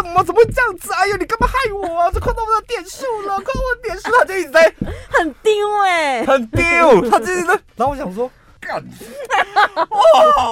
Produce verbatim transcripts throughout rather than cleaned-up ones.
么怎么会这样子？哎呦，你干嘛害我啊？这快到我的点数了，快到我的点数了，他就一直在很丢哎、欸， 很丢，他就是在，然后我想说，干，哇！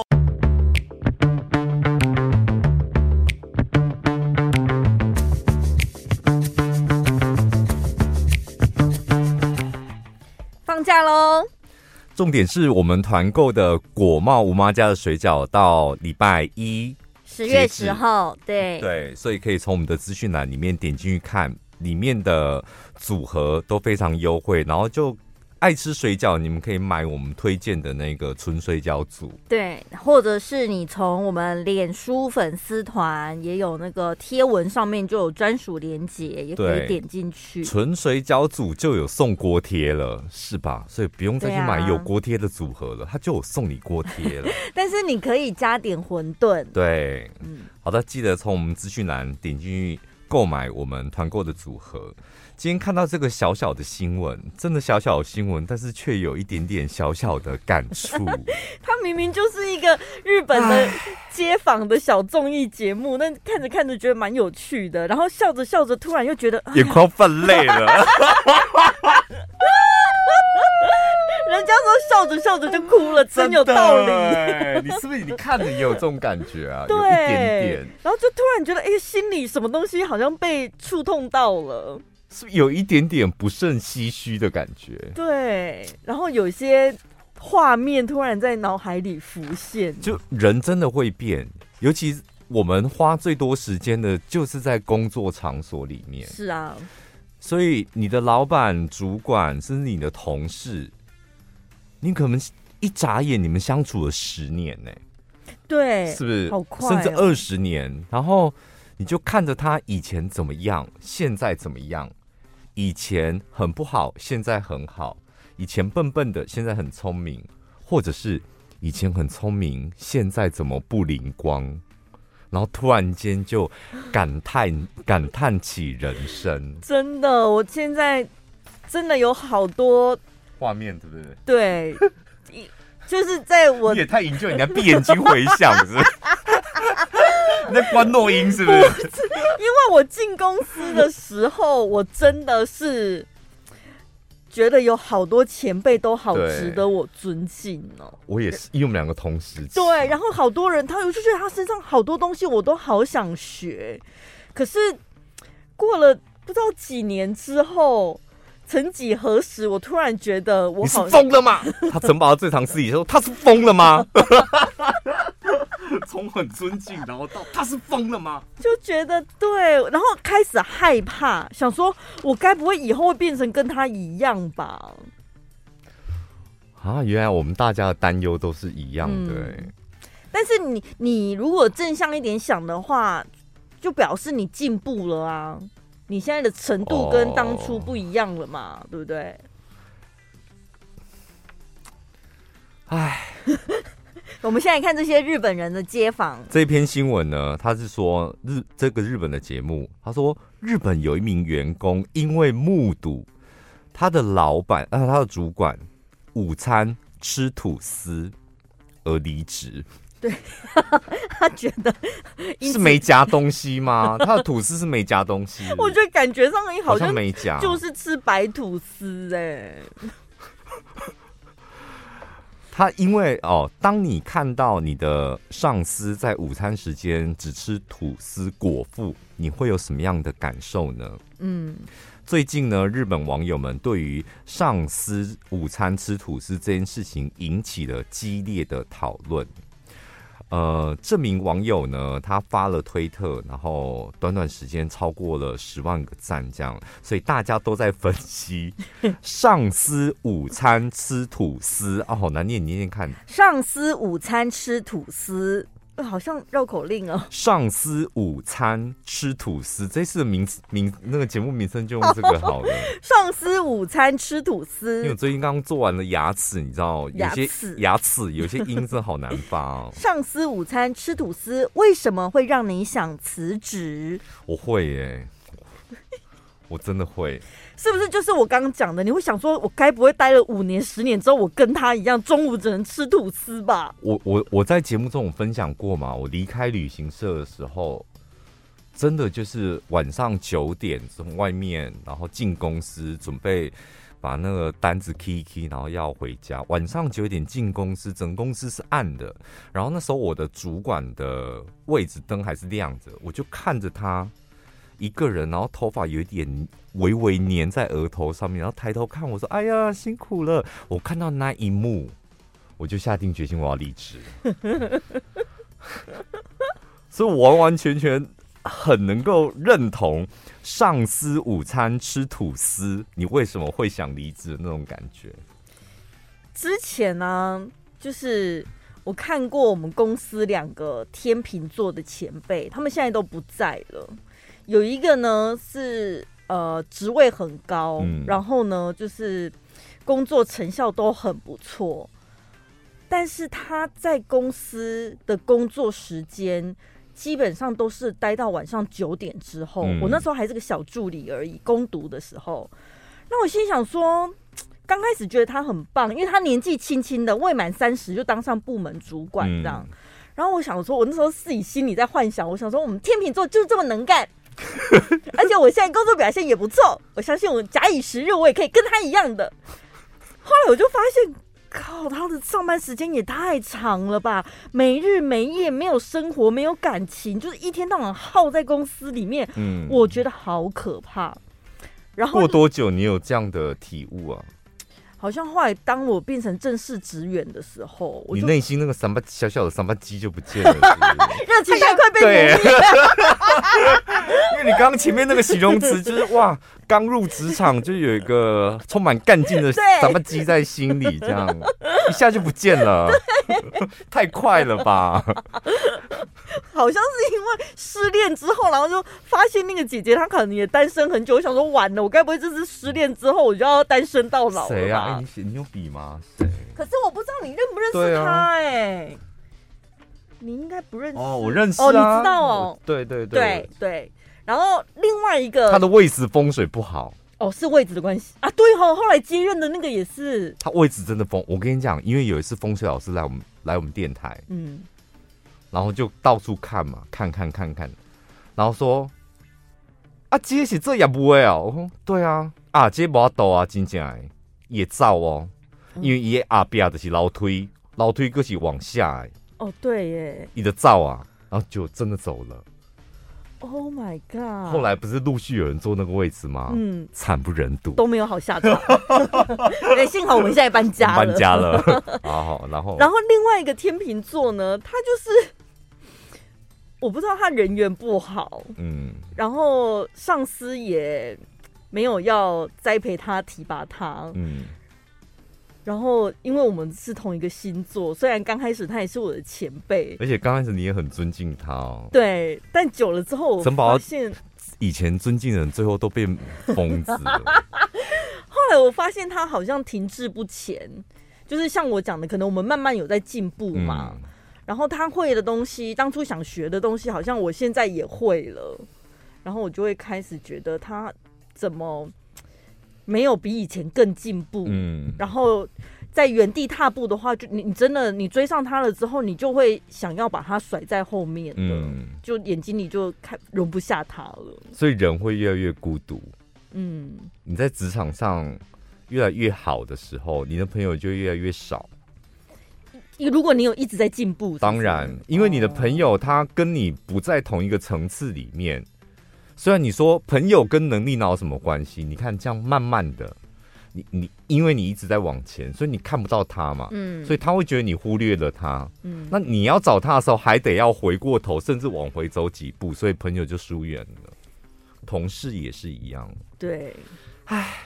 放假喽！ 重点是我们团购的果茂吴妈家的水饺到礼拜一十月十号，对对，所以可以从我们的资讯栏里面点进去看，里面的组合都非常优惠，然后就爱吃水饺，你们可以买我们推荐的那个纯水饺组， 对，或者是你从我们脸书粉丝团也有那个贴文上面就有专属连结，也可以点进去。 纯水饺组就有送锅贴了，是吧？所以不用再去买有锅贴的组合了，它就有送你锅贴了。 但是你可以加点馄饨。 对，嗯，好的，记得从我们资讯栏点进去购买我们团购的组合。今天看到这个小小的新闻，真的小小的新闻，但是却有一点点小小的感触。 它明明就是一个日本的街访的小综艺节目，但看着看着觉得蛮有趣的，然后笑着笑着，突然又觉得眼眶泛泪了。 人家说笑着笑着就哭了，真有道理。 你是不是你看着也有这种感觉啊？ 对， 有一点点， 然后就突然觉得，哎、欸，心里什么东西好像被触痛到了。 是不是有一点点不胜唏嘘的感觉？ 对，然后有些画面突然在脑海里浮现， 就人真的会变，尤其我们花最多时间的就是在工作场所里面。 是啊，所以你的老板、主管，甚至你的同事，你可能一眨眼，你们相处了十年呢、欸， 对， 是不是？ 好快、哦， 甚至二十年，然后你就看着他以前怎么样，现在怎么样。以前很不好，现在很好；以前笨笨的，现在很聪明，或者是以前很聪明，现在怎么不灵光？然后突然间就感叹感叹起人生。 真的，我现在真的有好多画面，对不对？ 对，就是在我你也太营救，你在闭眼睛回想，是不是？你在关诺音是不是？ 不是，因为我进公司的时候，我真的是觉得有好多前辈都好值得我尊敬哦。 我也是，因为我们两个同时期。 对，然后好多人，他我就觉得他身上好多东西我都好想学，可是过了不知道几年之后。曾几何时，我突然觉得我好你是疯了吗？他城堡最常私底下说他是疯了吗？从很尊敬，然后到他是疯了吗？ 就觉得对，然后开始害怕，想说我该不会以后会变成跟他一样吧？ 啊，原来我们大家的担忧都是一样的、欸嗯。 但是你你如果正向一点想的话，就表示你进步了啊。你现在的程度跟当初不一样了嘛， oh. 对不对？ 唉， 我们现在看这些日本人的街访。 这篇新闻呢，他是说日这个日本的节目，他说日本有一名员工因为目睹他的老板啊，他的主管午餐吃吐司而离职。 对，他觉得是没夹东西吗？他的吐司是没夹东西， 我觉得感觉上你好像没夹， 就是吃白吐司哎、欸。 他因为哦，当你看到你的上司在午餐时间只吃吐司果腹，你会有什么样的感受呢？嗯。最近呢，日本网友们对于上司午餐吃吐司这件事情引起了激烈的讨论。呃，这名网友呢，他发了推特，然后短短时间超过了十万个赞，这样，所以大家都在分析上司午餐吃吐司啊、哦，好难念，你念念看。 上司午餐吃吐司。好像绕口令哦。 上司午餐吃吐司，这次的名名那个节目名称就用这个好了。 上司午餐吃吐司， 因为我最近刚做完了牙齿，你知道有些牙齿有些音真好难发哦。 上司午餐吃吐司，为什么会让你想辞职？ 我会耶，我真的会。 是不是就是我刚刚讲的？你会想说，我该不会待了五年、十年之后，我跟他一样，中午只能吃吐司吧？ 我我我在节目中有分享过嘛，我离开旅行社的时候， 真的就是晚上九点从外面，然后进公司准备把那个单子 key key， 然后要回家。晚上九点进公司，整公司是暗的。然后那时候我的主管的位置灯还是亮着，我就看着他一个人，然后头发有一点微微粘在额头上面，然后抬头看我说：“哎呀，辛苦了。”我看到那一幕，我就下定决心我要离职。所以我完完全全很能够认同上司午餐吃吐司，你为什么会想离职的那种感觉。 之前呢、啊，就是我看过我们公司两个天秤座的前辈，他们现在都不在了。有一个呢是呃职位很高、嗯，然后呢就是工作成效都很不错，但是他在公司的工作时间基本上都是待到晚上九点之后、嗯。我那时候还是个小助理而已，工读的时候。那我心想说，刚开始觉得他很棒，因为他年纪轻轻的，未满三十就当上部门主管这样、嗯。然后我想说，我那时候自己心里在幻想，我想说我们天秤座就是这么能干。而且我现在工作表现也不错，我相信我假以时日我也可以跟他一样的。后来我就发现，靠，他的上班时间也太长了吧，没日没夜，没有生活，没有感情，就是一天到晚耗在公司里面、嗯、我觉得好可怕。然后过多久你有这样的体悟啊？ 好像后来当我变成正式职员的时候，我你内心那个三八小小的三八鸡就不见了， 热情太快被磨灭了。 因为你刚刚前面那个形容词就是哇，刚入职场就有一个充满干劲的三八鸡在心里，这样一下就不见了，太快了吧？ 好像是因为失恋之后，然后就发现那个姐姐她可能也单身很久，我想说完了，我该不会这次失恋之后我就要单身到老了吧？ 谁啊？欸、你写你有笔吗？谁？ 可是我不知道你认不认识他哎、欸啊，你应该不认识哦，我认识啊， 哦，你知道哦， 对对对对对。然后另外一个， 他的位置风水不好哦，是位置的关系啊，对哦，后来接任的那个也是， 他位置真的风，我跟你讲，因为有一次风水老师来我们来我们电台，嗯。然后就到处看嘛，看看看看，然后说啊，这是这也不会哦。我说对啊，啊，这没多啊，真正的也糟哦，因为伊后边就是楼梯，楼梯可是往下的。 哦，对耶， 伊的糟啊，然后就真的走了。 Oh my god！ 后来不是陆续有人坐那个位置吗？嗯，惨不忍睹， 都没有好下场。对，幸好我们现在搬家了， 搬家了。好，然后， 然后另外一个天秤座呢，他就是我不知道他人缘不好，嗯，然后上司也没有要栽培他、提拔他，嗯。然后，因为我们是同一个星座，虽然刚开始他也是我的前辈， 而且刚开始你也很尊敬他哦。 对，但久了之后，我发现以前尊敬的人最后都变疯子了。 后来我发现他好像停滞不前，就是像我讲的，可能我们慢慢有在进步嘛。嗯、然后他会的东西，当初想学的东西，好像我现在也会了。然后我就会开始觉得他怎么没有比以前更进步，嗯，然后在原地踏步的话，就你你真的你追上他了之后，你就会想要把他甩在后面的，嗯，就眼睛里就看容不下他了， 所以人会越来越孤独。嗯，你在职场上越来越好的时候，你的朋友就越来越少。 如果你有一直在进步， 当然，因为你的朋友他跟你不在同一个层次里面。虽然你说朋友跟能力哪有什么关系？你看这样慢慢的，你你因为你一直在往前，所以你看不到他嘛，嗯，所以他会觉得你忽略了他，嗯，那你要找他的时候，还得要回过头，甚至往回走几步，所以朋友就疏远了。同事也是一样， 对， 唉。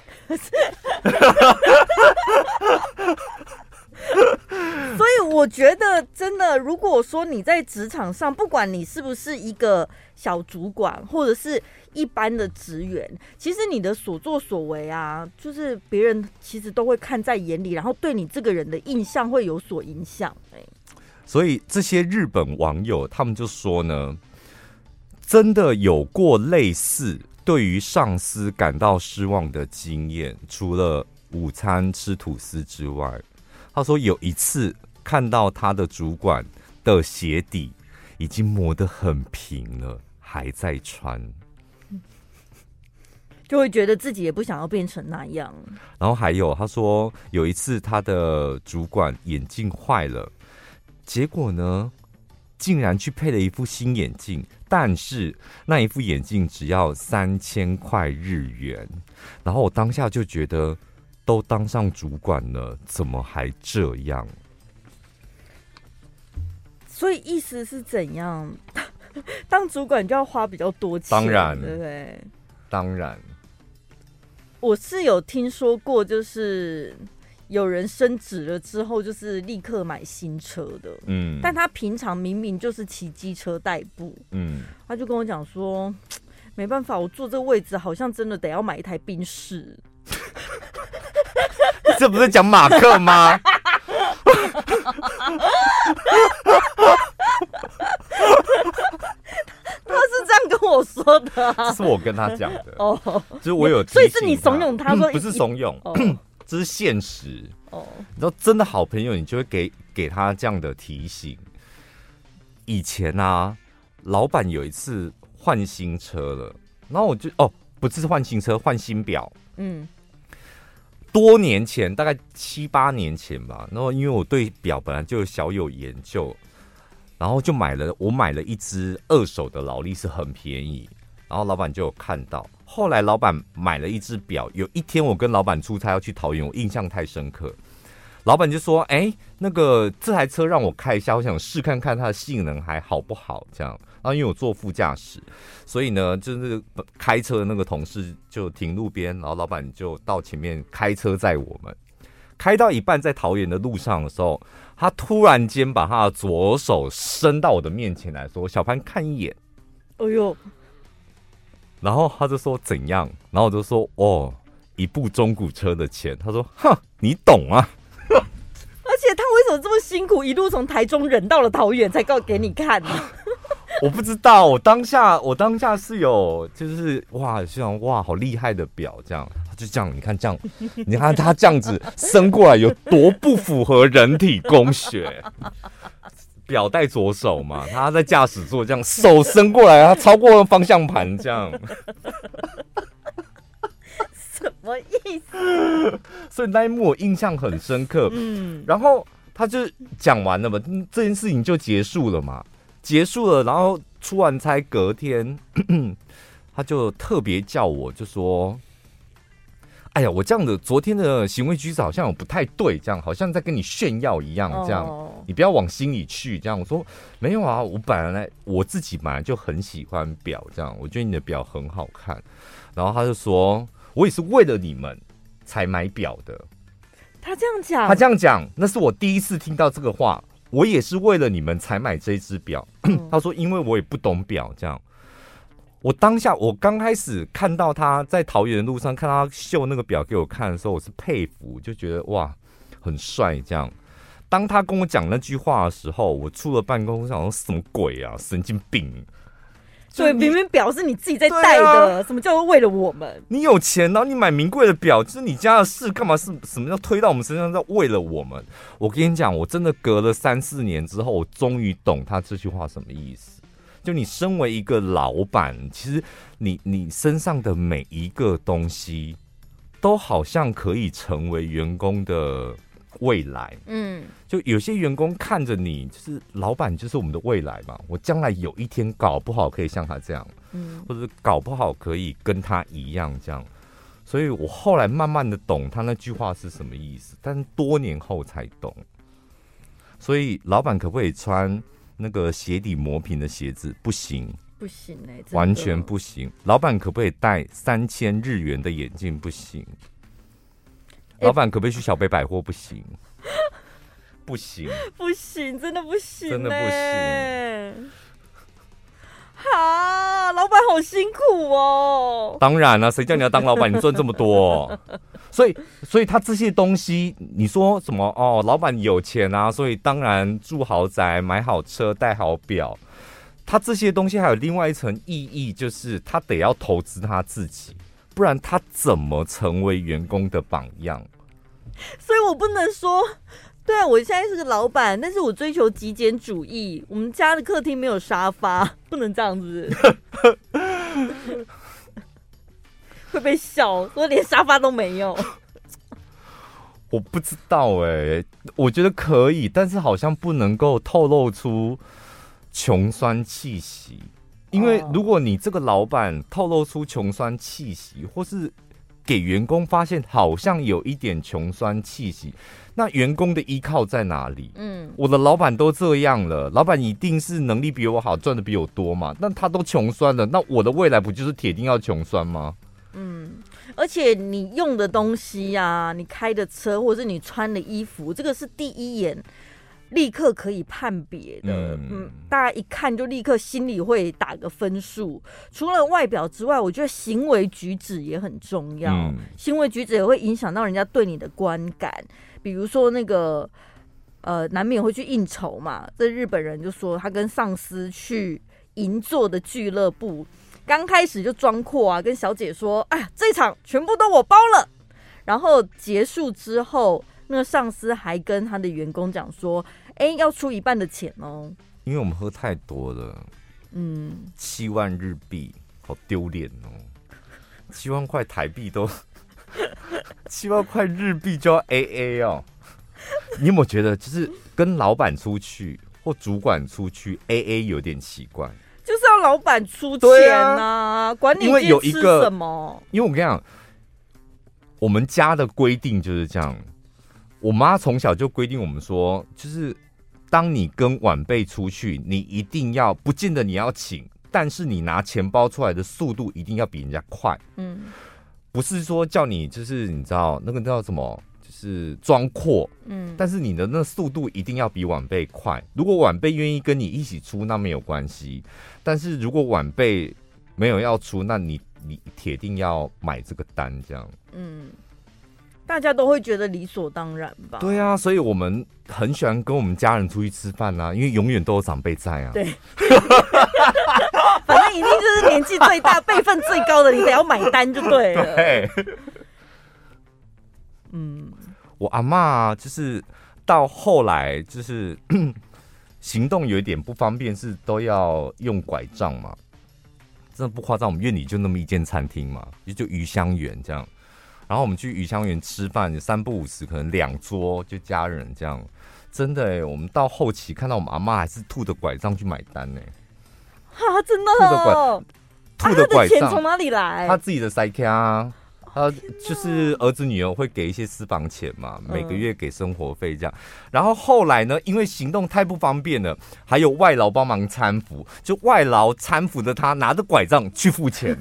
所以我觉得真的，如果说你在职场上，不管你是不是一个小主管，或者是一般的职员，其实你的所作所为啊，就是别人其实都会看在眼里，然后对你这个人的印象会有所影响。欸、 所以这些日本网友他们就说呢，真的有过类似对于上司感到失望的经验，除了午餐吃吐司之外。他说有一次看到他的主管的鞋底已经磨得很平了， 还在穿， 就会觉得自己也不想要变成那样。 然后还有他说有一次他的主管眼镜坏了，结果呢竟然去配了一副新眼镜，但是那一副眼镜只要三千块日元。然后我当下就觉得都当上主管了，怎么还这样？ 所以意思是怎样？当主管就要花比较多钱， 当然， 对不对？ 当然， 我是有听说过，就是有人升职了之后，就是立刻买新车的。嗯，但他平常明明就是骑机车代步，嗯，他就跟我讲说，没办法，我坐这个位置好像真的得要买一台宾士。 这不是讲马克吗？ 他是这样跟我说的、啊， 这是我跟他讲的。哦，就是我有提醒他， 所以是你怂恿他说、 嗯，不是怂恿，哦、这是现实。哦，你知道，真的好朋友，你就会给给他这样的提醒。以前啊，老板有一次换新车了，然后我就哦，不是换新车，换新表。嗯。多年前，大概七八年前吧，然后因为我对表本来就小有研究，然后就买了，我买了一只二手的劳力士，很便宜，然后老板就有看到。后来老板买了一只表，有一天我跟老板出差要去桃园，我印象太深刻，老板就说：“哎、欸，那个这台车让我开一下，我想试看看它的性能还好不好。”这样，然后因为我坐副驾驶，所以呢，就是开车的那个同事就停路边，然后老板就到前面开车载我们。开到一半，在桃园的路上的时候，他突然间把他的左手伸到我的面前来说：“小潘，看一眼。”哎呦！然后他就说怎样？然后我就说：“哦，一部中古车的钱。”他说：“哼，你懂啊。” 而且他为什么这么辛苦，一路从台中忍到了桃园才告给你看呢？ 我不知道，我当下我当下是有就是哇，想哇好厉害的表这样，就这样，你看这样，你看他这样子伸过来有多不符合人体工学。表戴左手嘛，他在驾驶座这样手伸过来，他超过了方向盘这样。 什么意思？ 所以那一幕我印象很深刻。嗯，然后他就讲完了嘛，这件事情就结束了嘛，结束了。然后出完差隔天，咳咳他就特别叫我，就说：“哎呀，我这样的昨天的行为举止好像有不太对，这样好像在跟你炫耀一样，这样、哦、你不要往心里去。”这样我说：“没有啊，我本来我自己本来就很喜欢表，这样我觉得你的表很好看。”然后他就说。我也是为了你们才买表的。 他这样讲， 他这样讲，那是我第一次听到这个话。我也是为了你们才买这只表。嗯、他说，因为我也不懂表，这样。我当下，我刚开始看到他在桃园的路上看到他秀那个表给我看的时候，我是佩服，就觉得哇，很帅这样。当他跟我讲那句话的时候，我出了办公室，想说什么鬼啊，神经病！ 对，明明表是你自己在戴的、啊，什么叫做为了我们？ 你有钱，然后你买名贵的表，就是你家的事，干嘛是什么叫推到我们身上？叫为了我们？我跟你讲，我真的隔了三四年之后，我终于懂他这句话什么意思。就你身为一个老板，其实你你身上的每一个东西，都好像可以成为员工的未来。嗯，就有些员工看着你，就是老板就是我们的未来嘛，我将来有一天搞不好可以像他这样，嗯，或者搞不好可以跟他一样这样，所以我后来慢慢的懂他那句话是什么意思，但是多年后才懂。所以老板可不可以穿那个鞋底磨平的鞋子？不行， 不行哎、欸， 完全不行。老板可不可以戴三千日元的眼镜？不行。老板可不可以去小北百货？不行，不行， 不行，真的不行、欸， 真的不行。 哈，老板好辛苦哦。 当然了、啊，谁叫你要当老板？你赚这么多，所以，所以他这些东西，你说什么？哦，老板有钱啊，所以当然住豪宅、买好车、戴好表。他这些东西还有另外一层意义，就是他得要投资他自己。不然他怎么成为员工的榜样？ 所以我不能说，对对啊，我现在是个老板，但是我追求极简主义。我们家的客厅没有沙发，不能这样子，会被笑说连沙发都没有。 我不知道哎、欸，我觉得可以，但是好像不能够透露出穷酸气息，因为如果你这个老板透露出穷酸气息，或是给员工发现好像有一点穷酸气息，那员工的依靠在哪里？嗯，我的老板都这样了，老板一定是能力比我好，赚的比我多嘛，那他都穷酸了，那我的未来不就是铁定要穷酸吗？嗯。 而且你用的东西啊，你开的车，或者是你穿的衣服，这个是第一眼立刻可以判别的。嗯, 嗯，大家一看就立刻心里会打个分数。除了外表之外，我觉得行为举止也很重要。嗯、行为举止也会影响到人家对你的观感。比如说那个呃，难免会去应酬嘛。这日本人就说他跟上司去银座的俱乐部。刚开始就装阔啊，跟小姐说：“哎呀，这场全部都我包了。”然后结束之后，那个上司还跟他的员工讲说：“哎，要出一半的钱哦。” 因为我们喝太多了，嗯，七万日币，好丢脸哦！七万块台币都，七万块日币就要 A A 哦。你有没有觉得，就是跟老板出去或主管出去 A A 有点奇怪？ 就是要老板出钱啊，管你今天吃什么。 因为我跟你讲，我们家的规定就是这样。我妈从小就规定我们说，就是当你跟晚辈出去，你一定要，不见得你要请，但是你拿钱包出来的速度一定要比人家快。嗯，不是说叫你就是你知道那个叫什么？是装阔，嗯，但是你的那速度一定要比晚辈快。如果晚辈愿意跟你一起出，那没有关系。但是如果晚辈没有要出，那你你铁定要买这个单，这样。嗯， 大家都会觉得理所当然吧？ 对啊，所以我们很喜欢跟我们家人出去吃饭啊，因为永远都有长辈在啊。 对，反正一定就是年纪最大、辈分最高的，你得要买单就对了。 对。嗯，我阿嬷就是到后来就是行动有一点不方便，是都要用拐杖嘛。真的不夸张，我们院里就那么一间餐厅嘛，也就鱼香园这样。然后我们去鱼香园吃饭，三不五时可能两桌就家人这样。真的哎、欸，我们到后期看到我们阿嬷还是吐着拐杖去买单呢、欸。 哈，真的哦， 吐的拐杖， 钱从哪里来？ 他自己的塞卡啊。他就是儿子女儿会给一些私房钱嘛，每个月给生活费这样。然后后来呢，因为行动太不方便了，还有外劳帮忙搀扶，就外劳搀扶着他拿着拐杖去付钱。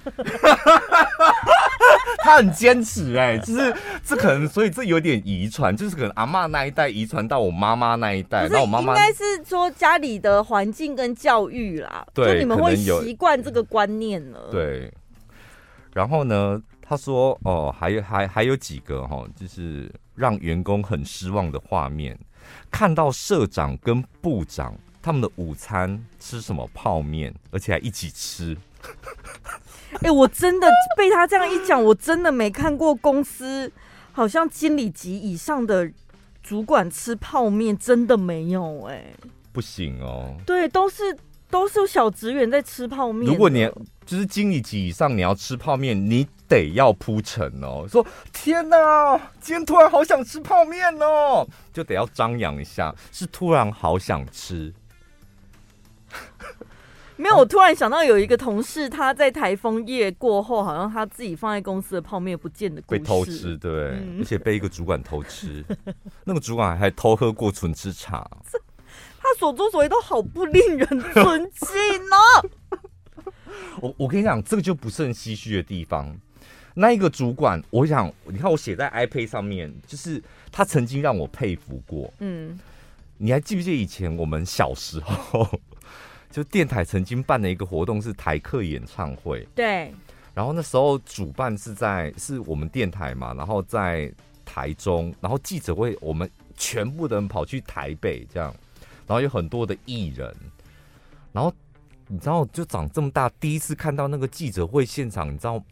他很坚持哎、欸，就是这可能，所以这有点遗传，就是可能阿嬷那一代遗传到我妈妈那一代，然后我妈妈应该是说家里的环境跟教育啦， 对， 就你们会习惯这个观念了。 对，然后呢？他说：“哦，还有还还有几个哈、哦，就是让员工很失望的画面。看到社长跟部长他们的午餐吃什么泡面，而且还一起吃。 哎、欸，我真的被他这样一讲，我真的没看过公司好像经理级以上的主管吃泡面，真的没有哎、欸， 不行哦。对， 都是都是有小职员在吃泡面。 如果你就是经理级以上，你要吃泡面，你得要铺陈哦。说天哪，今天突然好想吃泡面哦，就得要张扬一下，是突然好想吃。 没有，我突然想到有一个同事，他在台风夜过后，好像他自己放在公司的泡面不见的故事， 被偷吃，对，嗯、而且被一个主管偷吃，那个主管还偷喝过纯吃茶。 他所作所为都好不令人尊敬哦。 我我跟你讲，这个就不是很唏嘘的地方。那一个主管，我想，你看我写在 iPad 上面，就是他曾经让我佩服过。嗯，你还记不记得以前我们小时候，就电台曾经办的一个活动是台客演唱会？ 对。 然后那时候主办是在是我们电台嘛，然后在台中，然后记者会，我们全部的人跑去台北这样，然后有很多的艺人，然后。你知道，就长这么大，第一次看到那个记者会现场，你知道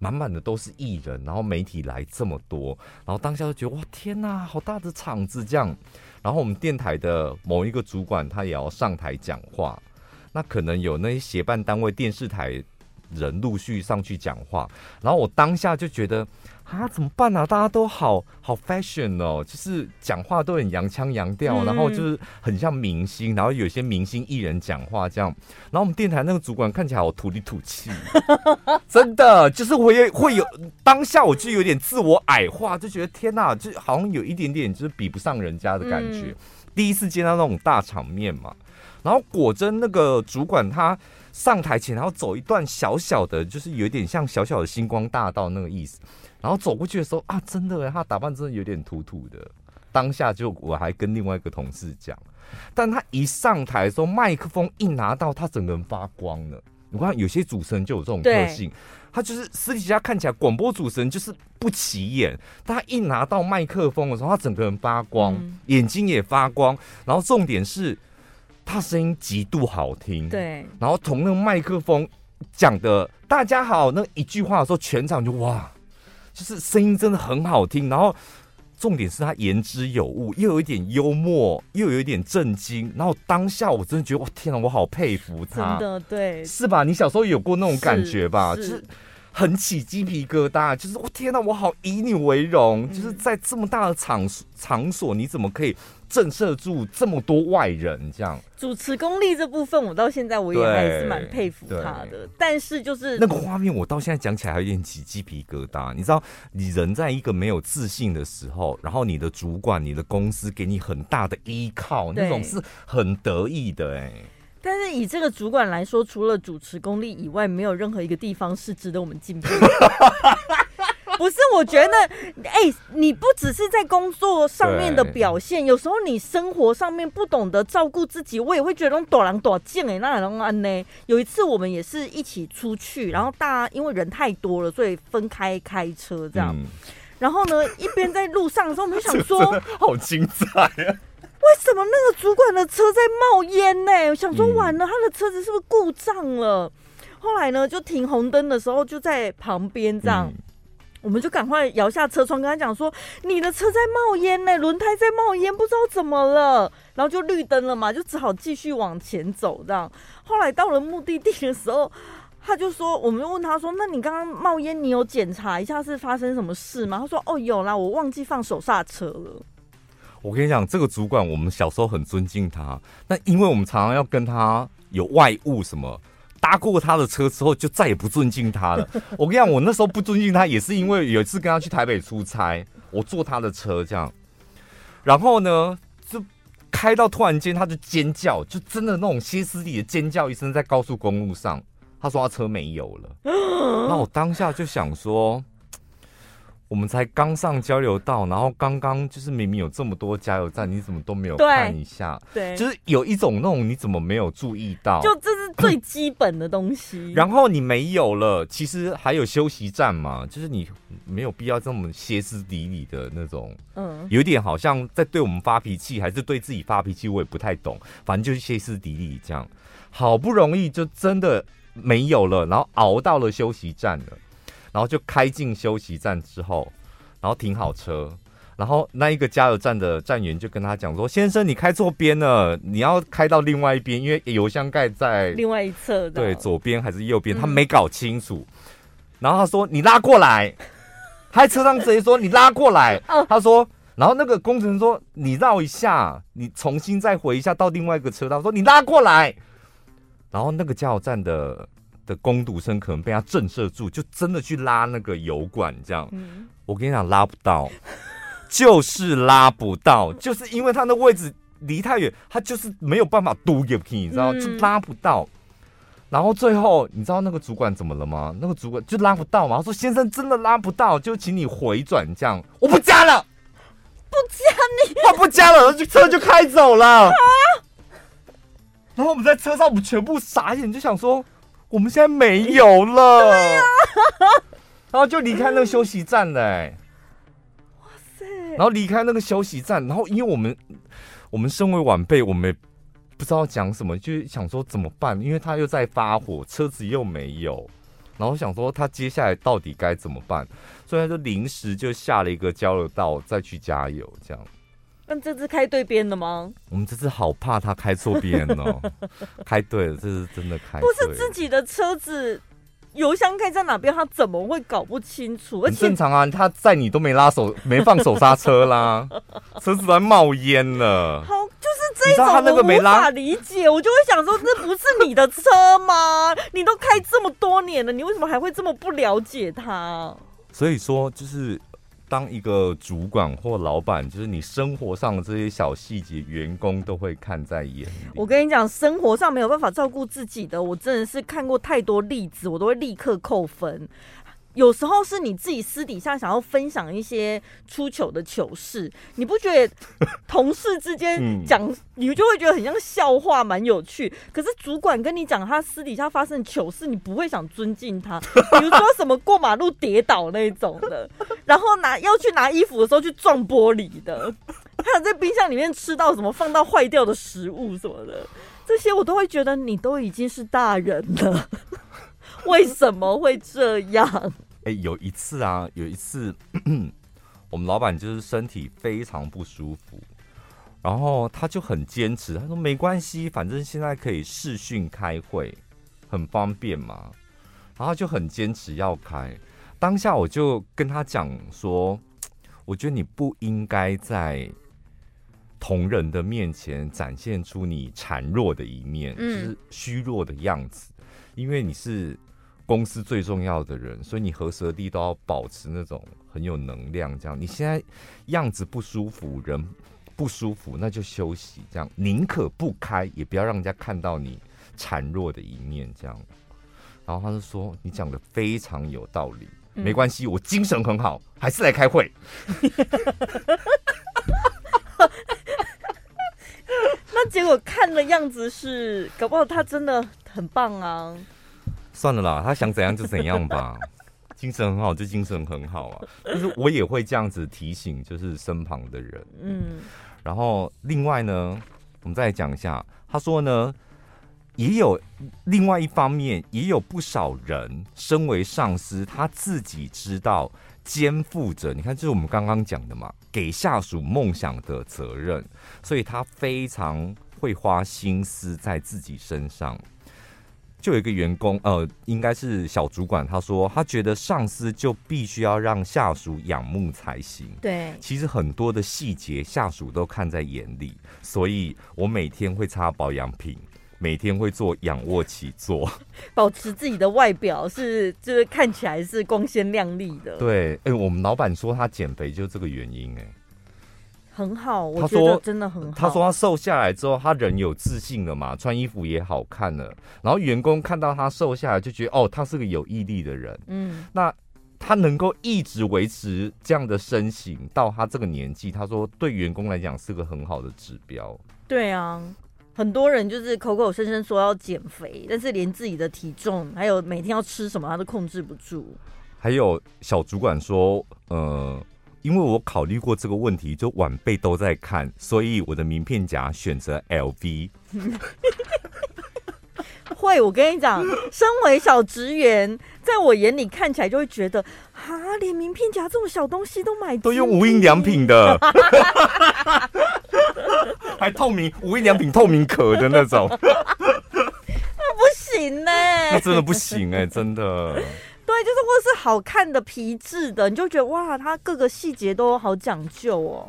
满满的都是艺人，然后媒体来这么多，然后当下就觉得哇天哪，好大的场子这样。然后我们电台的某一个主管他也要上台讲话，那可能有那些协办单位电视台人陆续上去讲话，然后我当下就觉得啊怎么办啊，大家都好好 fashion 哦，就是讲话都很洋腔洋调、嗯、然后就是很像明星，然后有些明星艺人讲话这样，然后我们电台那个主管看起来好土里土气真的就是我也会有当下我就有点自我矮化，就觉得天哪，就好像有一点点就是比不上人家的感觉、嗯、第一次见到那种大场面嘛。然后果真那个主管他上台前然后走一段小小的，就是有点像小小的星光大道那个意思，然后走过去的时候啊，真的耶，他打扮真的有点土土的，当下就我还跟另外一个同事讲，但他一上台的时候麦克风一拿到他整个人发光了。你看有些主持人就有这种特性，他就是私底下看起来广播主持人就是不起眼，但他一拿到麦克风的时候他整个人发光、嗯、眼睛也发光，然后重点是他声音极度好听， 对， 然后从那个麦克风讲的大家好那一句话的时候，全场就哇，就是声音真的很好听，然后重点是他言之有物，又有一点幽默，又有一点震惊，然后当下我真的觉得哇天哪，我好佩服他， 真的对， 是吧？你小时候有过那种感觉吧？是，就是很起鸡皮疙瘩，就是我天哪，我好以你为荣、嗯，就是在这么大的场场所，你怎么可以震慑住这么多外人？这样主持功力这部分，我到现在我也还是蛮佩服他的。但是就是那个画面，我到现在讲起来还有点起鸡皮疙瘩。你知道，你人在一个没有自信的时候，然后你的主管、你的公司给你很大的依靠，那种是很得意的哎、欸。 但是以这个主管来说，除了主持功力以外，没有任何一个地方是值得我们敬佩的。不是，我觉得，哎、欸，你不只是在工作上面的表现，有时候你生活上面不懂得照顾自己，我也会觉得那种大人大姐哎，那种安呢。有一次我们也是一起出去，然后大家因为人太多了，所以分开开车这样。嗯、然后呢，一边在路上的时候，我们就想说， 好精彩啊！ 为什么那个主管的车在冒烟呢？我想说完了，他的车子是不是故障了？后来呢，就停红灯的时候就在旁边这样、嗯，我们就赶快摇下车窗跟他讲说：“你的车在冒烟呢，轮胎在冒烟，不知道怎么了。”然后就绿灯了嘛，就只好继续往前走这样。后来到了目的地的时候，他就说，我们就问他说：“那你刚刚冒烟，你有检查一下是发生什么事吗？”他说：“哦，有啦，我忘记放手刹车了。” 我跟你讲，这个主管我们小时候很尊敬他，但因为我们常常要跟他有外务什么，搭过他的车之后就再也不尊敬他了。我跟你讲，我那时候不尊敬他也是因为有一次跟他去台北出差，我坐他的车这样，然后呢就开到突然间他就尖叫，就真的那种歇斯底里的尖叫一声，在高速公路上，他说他车没油了。那我当下就想说，我们才刚上交流道，然后刚刚就是明明有这么多加油站，你怎么都没有看一下？ 对， 就是有一种那种你怎么没有注意到？ 就这是最基本的东西。 然后你没有了，其实还有休息站嘛，就是你没有必要这么歇斯底里的那种，嗯，有点好像在对我们发脾气，还是对自己发脾气，我也不太懂。反正就是歇斯底里这样，好不容易就真的没有了，然后熬到了休息站了。然后就开进休息站之后，然后停好车，然后那一个加油站的站员就跟他讲说：“先生，你开错边了，你要开到另外一边，因为油箱盖在另外一侧的， 对，左边还是右边？”他没搞清楚，嗯、然后他说：“你拉过来。”他在车上直接说：“你拉过来。哦”他说，然后那个工程师说：“你绕一下，你重新再回一下到另外一个车道。”他说：“你拉过来。”然后那个加油站的。的工读生可能被他震慑住，就真的去拉那个油管，这样。嗯、我跟你讲，拉不到，就是拉不到，就是因为他的位置离太远，他就是没有办法嘟进去，你知道，就拉不到。然后最后，你知道那个主管怎么了吗？那个主管就拉不到嘛，他说：“先生，真的拉不到，就请你回转，这样我不加了， 不加你， 他不加了，就车就开走了。啊”然后我们在车上，我们全部傻眼，就想说。我们现在没有了，对啊，然后就离开那个休息站了、欸，哇塞！然后离开那个休息站，然后因为我们我们身为晚辈，我们也不知道讲什么，就想说怎么办，因为他又在发火，车子又没有，然然后想说他接下来到底该怎么办，所以他就临时就下了一个交流道再去加油这样。 那这次开对边了吗？ 我们这次好怕他开错边哦，开对了，这是真的开对了。 不是自己的车子油箱开在哪边，他怎么会搞不清楚？ 很正常啊，他在你都没拉手没放手刹车啦，车子都在冒烟了。 好，就是这一种我无法理解，我就会想说，这不是你的车吗？你都开这么多年了，你为什么还会这么不了解他？ 所以说，就是当一个主管或老板，就是你生活上的这些小细节，员工都会看在眼里。 我跟你讲，生活上没有办法照顾自己的，我真的是看过太多例子，我都会立刻扣分。有时候是你自己私底下想要分享一些出糗的糗事，你不觉得同事之间讲、嗯，你就会觉得很像笑话，蛮有趣。可是主管跟你讲他私底下发生的糗事，你不会想尊敬他。比如说什么过马路跌倒那种的，然后拿要去拿衣服的时候去撞玻璃的，还有在冰箱里面吃到什么放到坏掉的食物什么的，这些我都会觉得你都已经是大人了。为什么会这样？ 哎、欸，有一次啊，有一次咳咳我们老板就是身体非常不舒服，然后他就很坚持，他说没关系，反正现在可以视讯开会，很方便嘛。然后他就很坚持要开。当下我就跟他讲说，我觉得你不应该在同仁的面前展现出你孱弱的一面，嗯、就是虚弱的样子，因为你是公司最重要的人，所以你何时何地都要保持那种很有能量。这样，你现在样子不舒服，人不舒服，那就休息。这样，宁可不开，也不要让人家看到你孱弱的一面。这样，然后他就说：“你讲的非常有道理，嗯、没关系，我精神很好，还是来开会。” 那结果看的样子是，搞不好他真的很棒啊。 算了啦，他想怎样就怎样吧，精神很好就精神很好啊。但是我也会这样子提醒，就是身旁的人。嗯，然后另外呢，我们再来讲一下，他说呢，也有另外一方面，也有不少人身为上司，他自己知道肩负着，你看，就是我们刚刚讲的嘛，给下属梦想的责任，所以他非常会花心思在自己身上。就有一个员工，呃，应该是小主管，他说他觉得上司就必须要让下属仰慕才行。 对， 其实很多的细节下属都看在眼里，所以我每天会擦保养品，每天会做仰卧起坐， 保持自己的外表是就是看起来是光鲜亮丽的。 对，哎、欸，我们老板说他减肥就是这个原因、欸，哎。 很好，我觉得真的很好。 他说他瘦下来之后，他人有自信了嘛，穿衣服也好看了。然后员工看到他瘦下来，就觉得哦，他是个有毅力的人。嗯，那他能够一直维持这样的身形到他这个年纪，他说对员工来讲是个很好的指标。 对啊，很多人就是口口声声说要减肥，但是连自己的体重还有每天要吃什么，他都控制不住。 还有小主管说，呃。因为我考虑过这个问题，就晚辈都在看，所以我的名片夹选择 L V。 会，我跟你讲，身为小职员，在我眼里看起来就会觉得，哈，连名片夹这种小东西都买， 都用无印良品的，还透明无印良品透明壳的那种， 那不行呢、欸， 那真的不行哎、欸，真的。 对，就是或是好看的皮质的，你就觉得哇，它各个细节都好讲究哦。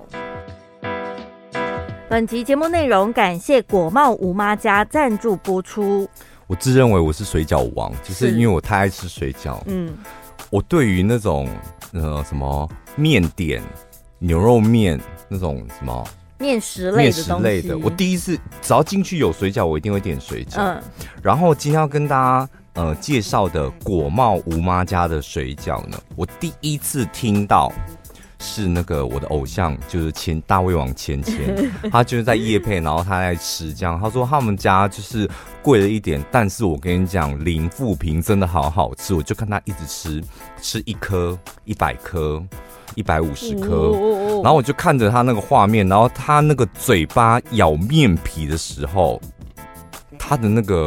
本集节目内容感谢果茂吴妈家赞助播出。 我自认为我是水饺王，就是因为我太爱吃水饺。嗯，我对于那种呃什么面点、牛肉面那种什么面食类的东西， 面食类的，我第一次只要进去有水饺，我一定会点水饺。嗯，然后今天要跟大家。呃，介绍的果茂吴妈家的水饺呢，我第一次听到是那个我的偶像，就是千大胃王千千，他就是在业配，然后他在吃这样，他说他们家就是贵了一点，但是我跟你讲，零负评真的好好吃，我就看他一直吃，吃一颗、一百颗、一百五十颗，然后我就看着他那个画面，然后他那个嘴巴咬面皮的时候，他的那个。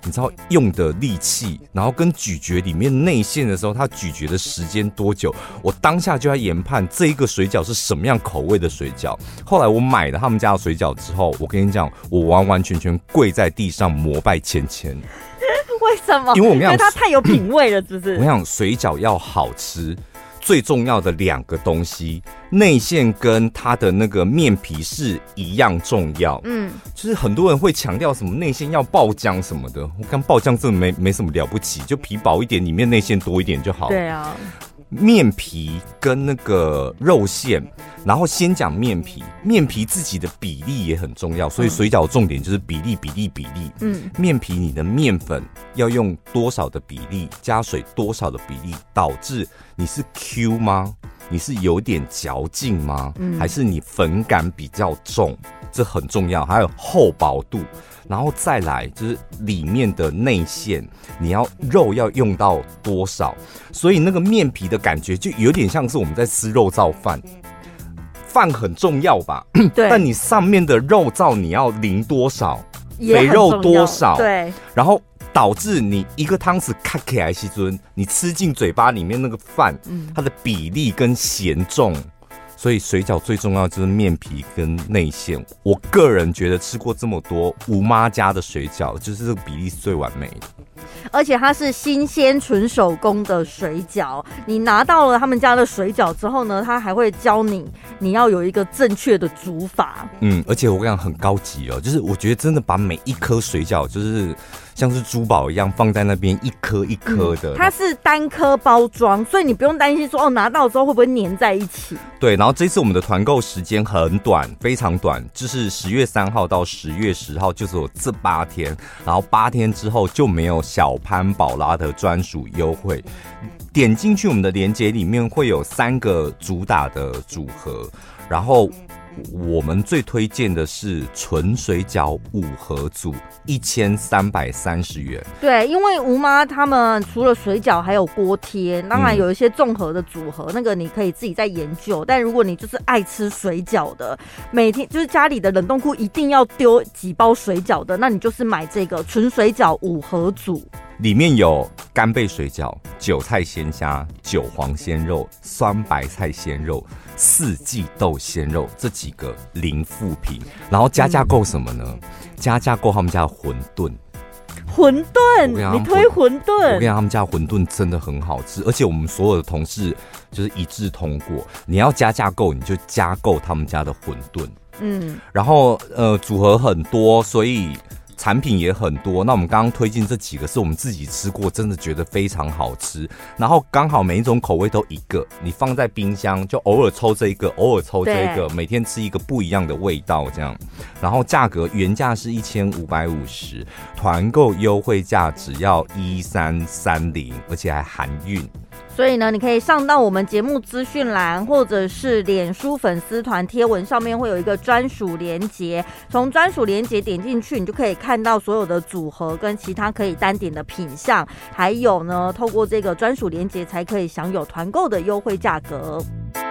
你知道用的力气，然后跟咀嚼里面内馅的时候，它咀嚼的时间多久，我当下就在研判这一个水饺是什么样口味的水饺。后来我买了他们家的水饺之后，我跟你讲，我完完全全跪在地上膜拜芊芊。 为什么？ 因为我跟你讲， 因为它太有品味了，是不是？ 我跟你讲，水饺要好吃，最重要的两个东西，内馅跟它的那个面皮是一样重要。嗯，就是很多人会强调什么内馅要爆浆什么的，我看爆浆真的没没什么了不起，就皮薄一点，里面内馅多一点就好。 对啊。 面皮跟那个肉馅，然后先讲面皮，面皮自己的比例也很重要，所以水饺重点就是比例比例比例。嗯，面皮你的面粉要用多少的比例，加水多少的比例，导致你是 Q 吗？你是有点嚼劲吗？嗯，还是你粉感比较重？这很重要。还有厚薄度，然后再来就是里面的内馅，你要肉要用到多少？所以那个面皮的感觉就有点像是我们在吃肉燥饭，饭很重要吧？对。但你上面的肉燥你要淋多少？肥肉多少？对。然后导致你一个汤匙卡起来时阵，你吃进嘴巴里面那个饭，嗯，它的比例跟咸重。所以水饺最重要就是面皮跟内馅。我个人觉得吃过这么多吴妈家的水饺，就是这个比例是最完美的。 而且它是新鲜纯手工的水饺，你拿到了他们家的水饺之后呢，他还会教你你要有一个正确的煮法。 嗯，而且我跟你讲很高级哦，就是我觉得真的把每一颗水饺就是像是珠宝一样放在那边，一颗一颗的、嗯。 它是单颗包装，所以你不用担心说哦拿到之后会不会粘在一起。 对，然后这次我们的团购时间很短，非常短，就是十月三号到十月十号，就是有这八天，然后八天之后就没有小潘宝拉的专属优惠。点进去我们的链接里面会有三个主打的组合，然后我们最推荐的是纯水饺五盒组，一千三百三十元。 对，因为吴妈他们除了水饺还有锅贴，当然有一些综合的组合、嗯，那个你可以自己再研究。但如果你就是爱吃水饺的，每天就是家里的冷冻库一定要丢几包水饺的，那你就是买这个纯水饺五盒组。 里面有干贝水饺、韭菜鲜虾、韭黄鲜肉、酸白菜鲜肉、四季豆鲜肉这几个零副品，然后加价购什么呢？加价购他们家的馄饨。 馄饨，你推馄饨？我跟你讲，他们家的馄饨真的很好吃，而且我们所有的同事就是一致通过，你要加价购，你就加购他们家的馄饨。嗯，然后呃组合很多，所以产品也很多，那我们刚刚推荐这几个是我们自己吃过，真的觉得非常好吃。然后刚好每一种口味都一个，你放在冰箱就偶尔抽这一个，偶尔抽这一个，每天吃一个不一样的味道这样。然后价格原价是一千五百五十，团购优惠价只要一三三零，而且还含运。 所以呢，你可以上到我们节目资讯栏，或者是脸书粉丝团贴文上面会有一个专属连结，从专属连结点进去，你就可以看到所有的组合跟其他可以单点的品项，还有呢，透过这个专属连结才可以享有团购的优惠价格。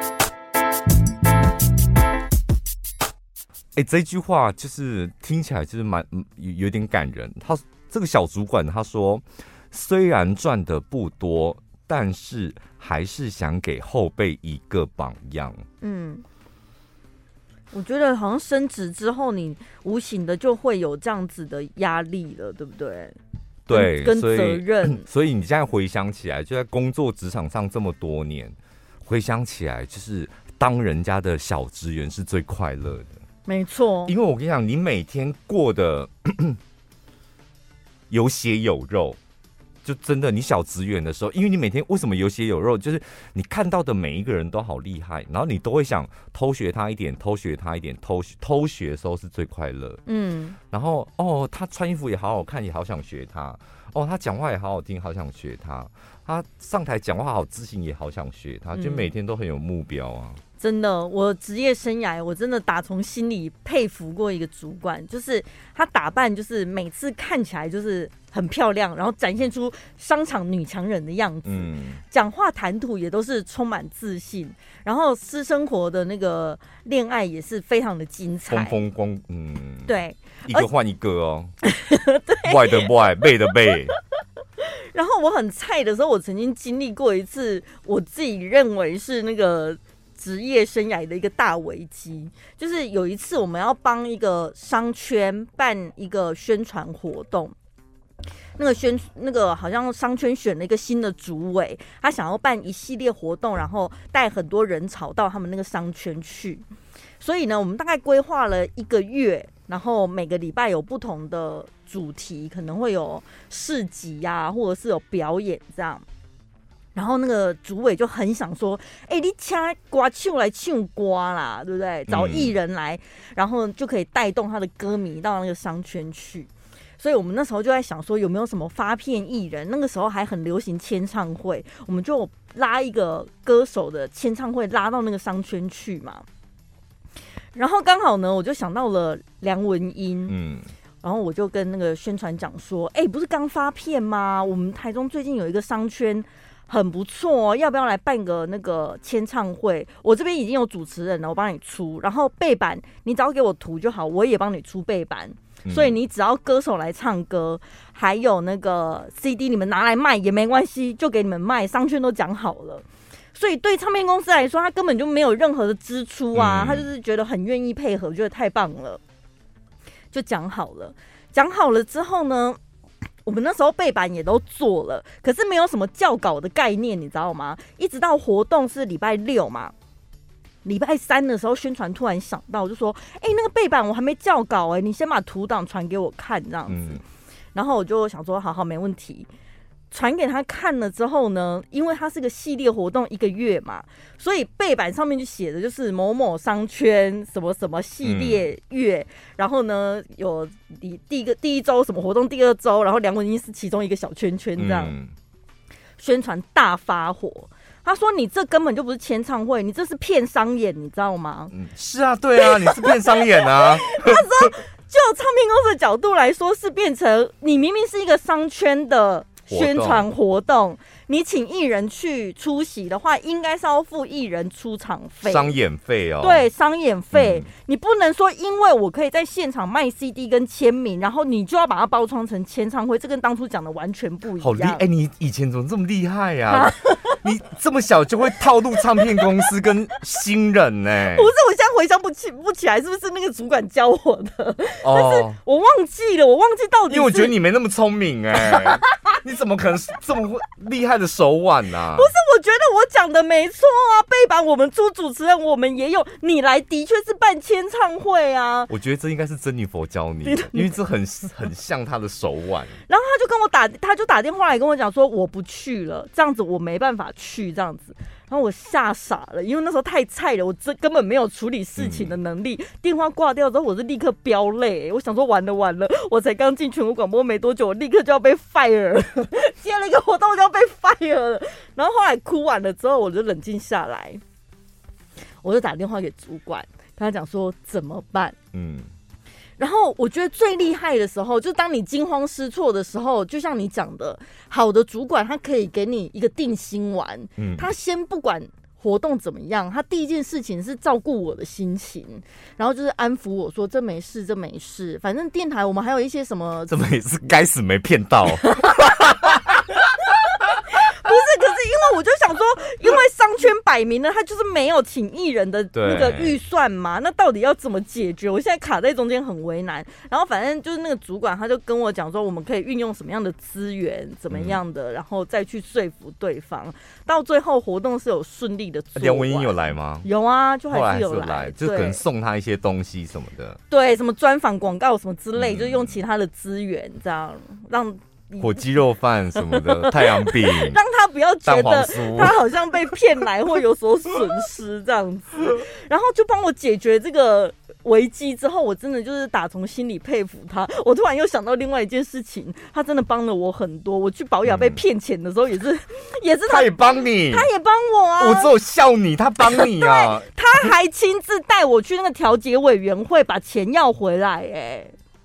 哎，这句话就是听起来就是蛮有点感人。他这个小主管他说，虽然赚的不多，但是还是想给后辈一个榜样。嗯， 我觉得好像升职之后，你无形的就会有这样子的压力了，对不对？ 对， 跟责任。 所以你现在回想起来，就在工作职场上这么多年，回想起来，就是当人家的小职员是最快乐的。 没错， 因为我跟你讲，你每天过得有血有肉。就真的，你小职员的时候，因为你每天为什么有血有肉，就是你看到的每一个人都好厉害，然后你都会想偷学他一点，偷学他一点，偷学偷学的时候是最快乐。嗯，然后哦，他穿衣服也好好看，也好想学他。哦，他讲话也好好听，好想学他。他上台讲话好自信，也好想学他。就每天都很有目标啊。嗯， 真的，我职业生涯我真的打从心里佩服过一个主管，就是他打扮就是每次看起来就是很漂亮，然后展现出商场女强人的样子，嗯，讲话谈吐也都是充满自信，然后私生活的那个恋爱也是非常的精彩， 风风光，嗯， 对。 一个换一个哦，外的外，背的背。 然后我很菜的时候，我曾经经历过一次，我自己认为是那个职业生涯的一个大危机。就是有一次我们要帮一个商圈办一个宣传活动，那个宣那个好像商圈选了一个新的主委，他想要办一系列活动，然后带很多人潮到他们那个商圈去。所以呢，我们大概规划了一个月，然后每个礼拜有不同的主题，可能会有市集啊，或者是有表演这样。然后那个主委就很想说，哎、欸，你请歌手来唱歌啦，对不对？找艺人来，然后就可以带动他的歌迷到那个商圈去。所以我们那时候就在想说，有没有什么发片艺人？那个时候还很流行签唱会，我们就拉一个歌手的签唱会拉到那个商圈去嘛。然后刚好呢，我就想到了梁文音，嗯，然后我就跟那个宣传讲说，哎、欸，不是刚发片吗？我们台中最近有一个商圈很不错哦，要不要来办个那个签唱会？我这边已经有主持人了，我帮你出，然后背板你只要给我图就好，我也帮你出背板。所以你只要歌手来唱歌，还有那个 C D 你们拿来卖也没关系，就给你们卖，商圈都讲好了。所以对唱片公司来说，他根本就没有任何的支出啊，他就是觉得很愿意配合，觉得太棒了，就讲好了。讲好了之后呢，我们那时候背板也都做了，可是没有什么校稿的概念，你知道吗？一直到活动是礼拜六嘛。礼拜三的时候，宣传突然想到，就说：“哎、欸，那个背板我还没校稿哎、欸，你先把图档传给我看这样子。嗯”然后我就想说：“好好，没问题。”传给他看了之后呢，因为它是个系列活动，一个月嘛，所以背板上面就写的就是某某商圈什么什么系列月，嗯、然后呢有第第一个第一周什么活动，第二周，然后梁文音是其中一个小圈圈这样，嗯、宣传大发火。他说：“你这根本就不是签唱会，你这是骗商演，你知道吗？” 嗯，是啊，对啊，你是骗商演啊。 他说，就唱片公司的角度来说，是变成你明明是一个商圈的宣传活动，你请艺人去出席的话，应该是要付艺人出场费、 商演费哦。 对，商演费、嗯，你不能说因为我可以在现场卖 C D 跟签名，然后你就要把它包装成签唱会，这跟当初讲的完全不一样。 好厉害！哎、欸，你以前怎么这么厉害呀、啊？你这么小就会套路唱片公司跟新人呢、欸？ 不是，我现在回想不起不起来，是不是那个主管教我的？哦，但是我忘记了，我忘记到底是。 因为我觉得你没那么聪明哎、欸，你怎么可能这么厉害的手腕啊？ 不是，我觉得我讲的没错啊，背板我们出主持人，我们也有，你来的确是办签唱会啊。 我觉得这应该是珍妮佛教你的，因为这很很像他的手腕。 然后他就跟我打，他就打电话来跟我讲说我不去了，这样子我没办法去这样子，然后我吓傻了，因为那时候太菜了，我这根本没有处理事情的能力。嗯、电话挂掉之后，我是立刻飙泪，我想说完了完了，我才刚进全国广播没多久，我立刻就要被 fire 了，接了一个活动就要被 fire 了。然后后来哭完了之后，我就冷静下来，我就打电话给主管，跟他讲说怎么办。嗯。然后我觉得最厉害的时候，就当你惊慌失措的时候，就像你讲的，好的主管他可以给你一个定心丸，嗯、他先不管活动怎么样，他第一件事情是照顾我的心情，然后就是安抚我说这没事，这没事，反正电台我们还有一些什么， 这没事，该死没骗到。 不是，可是因为我就想说，因为商圈摆明了他就是没有请艺人的那个预算嘛，那到底要怎么解决？我现在卡在中间很为难。然后反正就是那个主管他就跟我讲说，我们可以运用什么样的资源，怎么样的，嗯、然后再去说服对方。到最后活动是有顺利的做完。 梁文音有来吗？ 有啊，就还是有来， 后来还是有来，就可能送他一些东西什么的。 对，什么专访广告什么之类，嗯、就用其他的资源这样让。 火鸡肉饭什么的，太阳饼， 让他不要觉得他好像被骗来或有所损失这样子，然后就帮我解决这个危机之后，我真的就是打从心里佩服他。我突然又想到另外一件事情，他真的帮了我很多。我去保养被骗钱的时候，也是、嗯、也是他， 他也帮你， 他也帮我啊。 我只有笑你，他帮你啊。 对，他还亲自带我去那个调解委员会把钱要回来、欸，哎。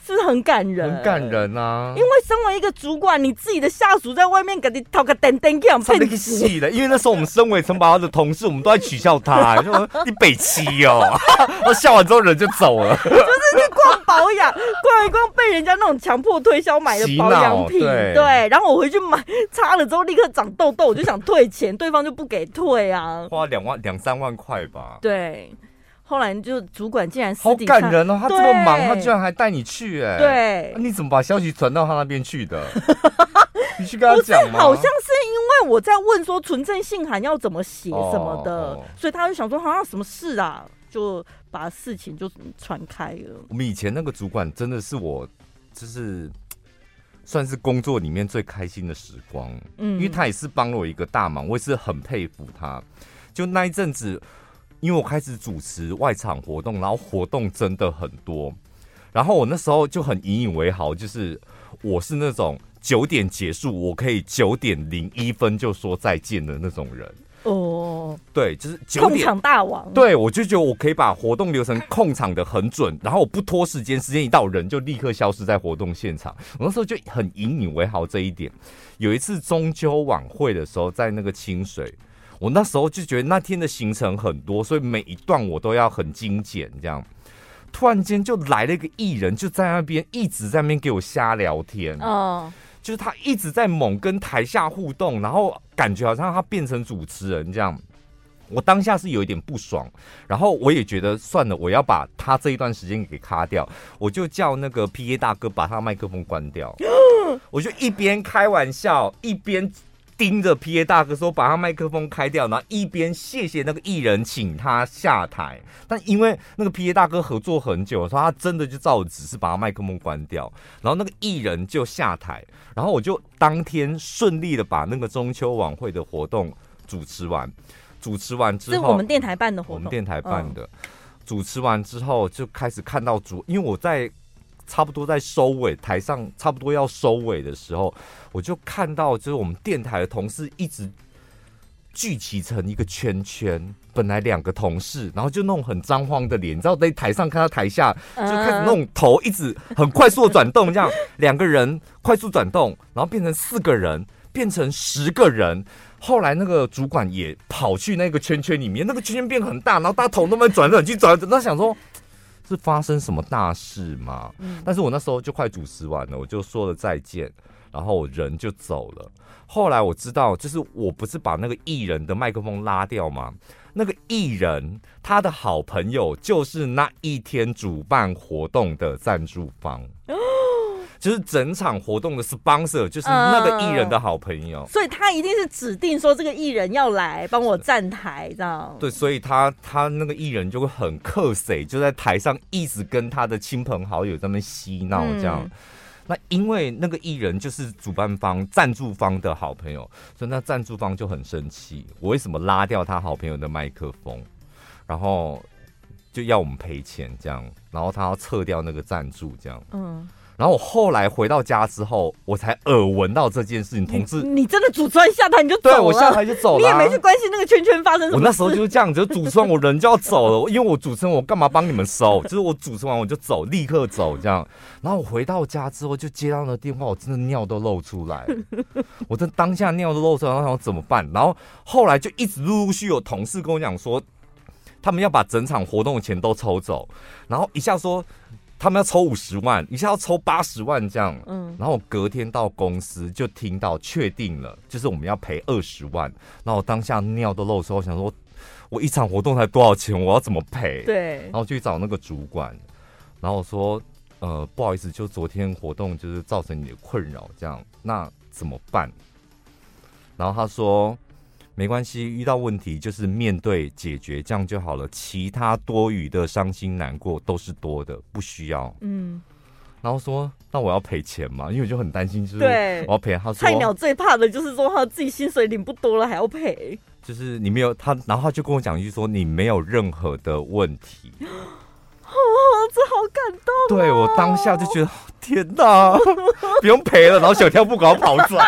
是不是很感人？ 很感人啊！ 因为身为一个主管，你自己的下属在外面给你讨个点点给我们骗死的。因为那时候我们身为城堡的同事，我们都在取笑他，就说你北七哦，然后笑完之后人就走了， 就是去逛保养，逛一逛被人家那种强迫推销买的保养品，对, 对，然后我回去买擦了之后立刻长痘痘，我就想退钱，对方就不给退啊， 花两万两三万块吧， 对。后来就主管竟然私底下好感人哦，他这么忙，他居然还带你去哎、欸， 对， 你怎么把消息传到他那边去的？你去跟他讲吗？ 好像是因为我在问说存证信函要怎么写什么的，哦哦、所以他就想说好像什么事啊，就把事情就传开了。 我们以前那个主管真的是我，就是算是工作里面最开心的时光，嗯，因为他也是帮了我一个大忙，我也是很佩服他。就那一阵子。因为我开始主持外场活动，然后活动真的很多，然后我那时候就很引以为豪，就是我是那种九点结束，我可以九点零一分就说再见的那种人。哦，对，就是九点控场大王。 对，我就觉得我可以把活动流程控场的很准，然后我不拖时间，时间一到人就立刻消失在活动现场。我那时候就很引以为豪这一点。有一次中秋晚会的时候，在那个清水。我那时候就觉得那天的行程很多，所以每一段我都要很精简。这样，突然间就来了一个艺人，就在那边一直在那边给我瞎聊天。哦，就是他一直在猛跟台下互动，然后感觉好像他变成主持人这样。我当下是有一点不爽，然后我也觉得算了，我要把他这一段时间给卡掉，我就叫那个 P A 大哥把他麦克风关掉。我就一边开玩笑一边。盯着 P A 大哥说把他麦克风开掉，然后一边谢谢那个艺人请他下台，但因为那个 P A 大哥合作很久，所以他真的就照我指示把他麦克风关掉，然后那个艺人就下台，然后我就当天顺利的把那个中秋晚会的活动主持完，主持完之后是我们电台办的活动， 我们电台办的，嗯、主持完之后就开始看到主，因为我在。差不多在收尾，台上差不多要收尾的时候，我就看到就是我们电台的同事一直聚集成一个圈圈。本来两个同事，然后就那种很张慌的脸，你知道在台上看到台下就开始那种头一直很快速的转动，这样两个人快速转动，然后变成四个人，变成十个人。后来那个主管也跑去那个圈圈里面，那个圈圈变很大，然后大家头都在转转去转转，他想说。是发生什么大事吗？嗯、但是我那时候就快主持完了，我就说了再见，然后我人就走了。后来我知道，就是我不是把那个艺人的麦克风拉掉吗？那个艺人他的好朋友就是那一天主办活动的赞助方。哦，就是整场活动的 sponsor 就是那个艺人的好朋友、嗯， 所以他一定是指定说这个艺人要来帮我站台，这样。 对，所以他他那个艺人就会很客气，就在台上一直跟他的亲朋好友在那边嬉闹这样。嗯、那因为那个艺人就是主办方、赞助方的好朋友，所以那赞助方就很生气，我为什么拉掉他好朋友的麦克风，然后就要我们赔钱这样，然后他要撤掉那个赞助这样。嗯。然后我后来回到家之后，我才耳闻到这件事情。同志， 你, 你真的主持完下台你就走了？ 对，我下台就走了、啊。 你也没去关心那个圈圈发生什么事。 我那时候就是这样子，主持完我人就要走了，因为我主持人我干嘛帮你们收？就是我主持完我就走，立刻走这样。然后我回到家之后就接到那电话，我真的尿都漏出来了，我在当下尿都漏出来，然后想怎么办？然后后来就一直陆陆续有同事跟我讲说，他们要把整场活动的钱都抽走，然后一下说。他们要抽五十万，一下要抽八十万这样，嗯，然后我隔天到公司就听到确定了，就是我们要赔二十万，然后我当下尿都漏出来，我想说，我一场活动才多少钱，我要怎么赔？ 对， 然后去找那个主管，然后我说，呃，不好意思，就昨天活动就是造成你的困扰，这样，那怎么办？然后他说。没关系，遇到问题就是面对解决，这样就好了。其他多余的伤心难过都是多的，不需要。嗯，然后说那我要赔钱嘛？因为我就很担心，就是我要赔。他说菜鸟最怕的就是说他自己薪水领不多了还要赔。 就是你没有他，然后他就跟我讲一句说你没有任何的问题。 哦，这好感动、哦。 对我当下就觉得天哪，不用赔了，然后小跳步赶快跑转。